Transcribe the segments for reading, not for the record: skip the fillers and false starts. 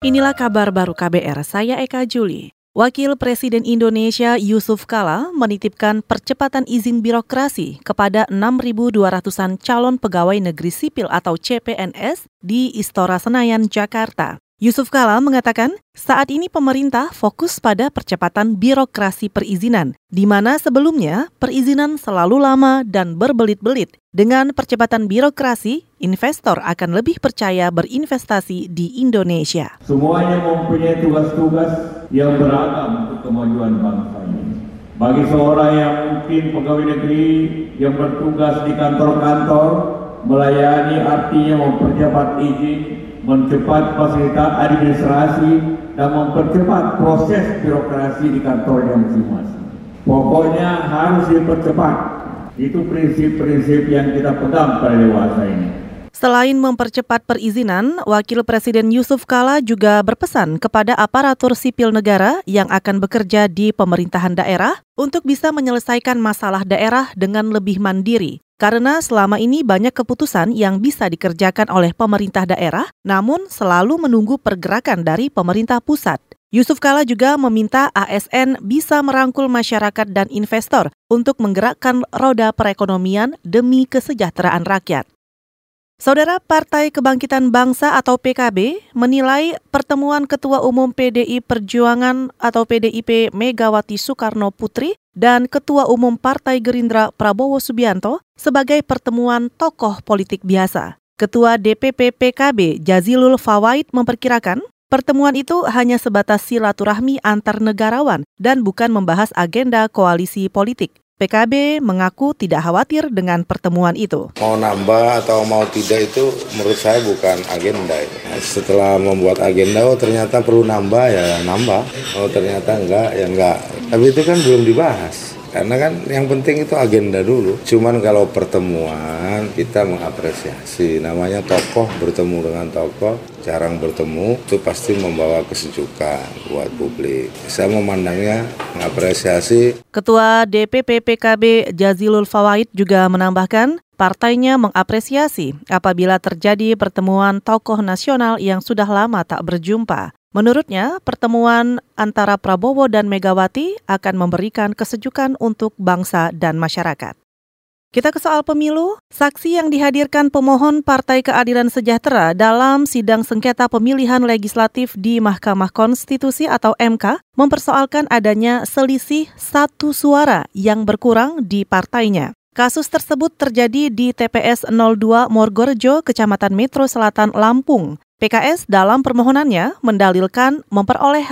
Inilah kabar baru KBR, saya Eka Juli. Wakil Presiden Indonesia Yusuf Kala menitipkan percepatan izin birokrasi kepada 6.200-an calon pegawai negeri sipil atau CPNS di Istora Senayan, Jakarta. Yusuf Kala mengatakan saat ini pemerintah fokus pada percepatan birokrasi perizinan, di mana sebelumnya perizinan selalu lama dan berbelit-belit. Dengan percepatan birokrasi, investor akan lebih percaya berinvestasi di Indonesia. Semuanya mempunyai tugas-tugas yang beragam untuk kemajuan bangsa ini. Bagi seorang yang mungkin pegawai negeri yang bertugas di kantor-kantor, melayani artinya mempercepat izin, mempercepat fasilitas administrasi, dan mempercepat proses birokrasi di kantornya masing-masing. Pokoknya harus dipercepat. Itu prinsip-prinsip yang kita pegang pada dewasa ini. Selain mempercepat perizinan, Wakil Presiden Yusuf Kala juga berpesan kepada aparatur sipil negara yang akan bekerja di pemerintahan daerah untuk bisa menyelesaikan masalah daerah dengan lebih mandiri. Karena selama ini banyak keputusan yang bisa dikerjakan oleh pemerintah daerah, namun selalu menunggu pergerakan dari pemerintah pusat. Yusuf Kala juga meminta ASN bisa merangkul masyarakat dan investor untuk menggerakkan roda perekonomian demi kesejahteraan rakyat. Saudara, Partai Kebangkitan Bangsa atau PKB menilai pertemuan Ketua Umum PDI Perjuangan atau PDIP Megawati Soekarno Putri dan Ketua Umum Partai Gerindra Prabowo Subianto sebagai pertemuan tokoh politik biasa. Ketua DPP PKB Jazilul Fawait memperkirakan pertemuan itu hanya sebatas silaturahmi antar negarawan dan bukan membahas agenda koalisi politik. PKB mengaku tidak khawatir dengan pertemuan itu. Mau nambah atau mau tidak itu menurut saya bukan agenda. Setelah membuat agenda, ternyata perlu nambah ya nambah. Ternyata enggak ya enggak. Tapi itu kan belum dibahas. Karena kan yang penting itu agenda dulu. Cuman kalau pertemuan kita mengapresiasi. Namanya tokoh bertemu dengan tokoh, jarang bertemu, itu pasti membawa kesejukan buat publik. Saya memandangnya mengapresiasi. Ketua DPP PKB Jazilul Fawait juga menambahkan partainya mengapresiasi apabila terjadi pertemuan tokoh nasional yang sudah lama tak berjumpa. Menurutnya, pertemuan antara Prabowo dan Megawati akan memberikan kesejukan untuk bangsa dan masyarakat. Kita ke soal pemilu. Saksi yang dihadirkan pemohon Partai Keadilan Sejahtera dalam sidang sengketa pemilihan legislatif di Mahkamah Konstitusi atau MK mempersoalkan adanya selisih 1 suara yang berkurang di partainya. Kasus tersebut terjadi di TPS 02 Morgorejo, Kecamatan Metro Selatan, Lampung. PKS dalam permohonannya mendalilkan memperoleh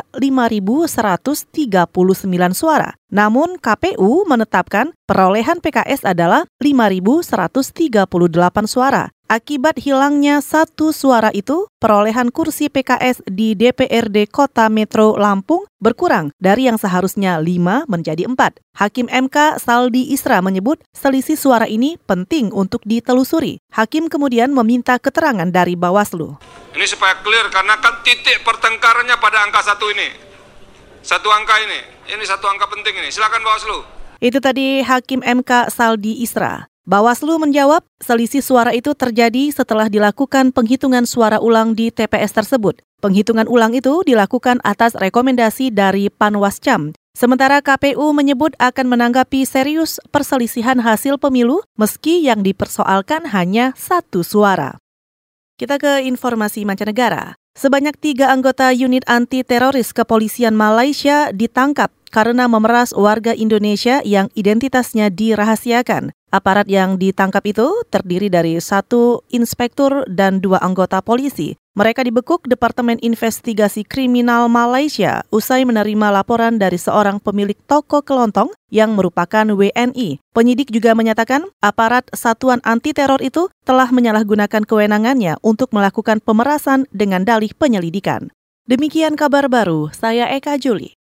5.139 suara. Namun KPU menetapkan perolehan PKS adalah 5.138 suara. Akibat hilangnya 1 suara itu, perolehan kursi PKS di DPRD Kota Metro Lampung berkurang dari yang seharusnya 5 menjadi 4. Hakim MK Saldi Isra menyebut selisih suara ini penting untuk ditelusuri. Hakim kemudian meminta keterangan dari Bawaslu. Ini supaya clear karena kan titik pertengkarannya pada angka 1 ini. 1 angka ini. Ini 1 angka penting ini. Silakan Bawaslu. Itu tadi Hakim MK Saldi Isra. Bawaslu menjawab selisih suara itu terjadi setelah dilakukan penghitungan suara ulang di TPS tersebut. Penghitungan ulang itu dilakukan atas rekomendasi dari Panwascam. Sementara KPU menyebut akan menanggapi serius perselisihan hasil pemilu meski yang dipersoalkan hanya 1 suara. Kita ke informasi mancanegara. Sebanyak 3 anggota unit anti-teroris kepolisian Malaysia ditangkap karena memeras warga Indonesia yang identitasnya dirahasiakan. Aparat yang ditangkap itu terdiri dari 1 inspektur dan 2 anggota polisi. Mereka dibekuk Departemen Investigasi Kriminal Malaysia usai menerima laporan dari seorang pemilik toko kelontong yang merupakan WNI. Penyidik juga menyatakan aparat Satuan Anti Teror itu telah menyalahgunakan kewenangannya untuk melakukan pemerasan dengan dalih penyelidikan. Demikian kabar baru, saya Eka Juli.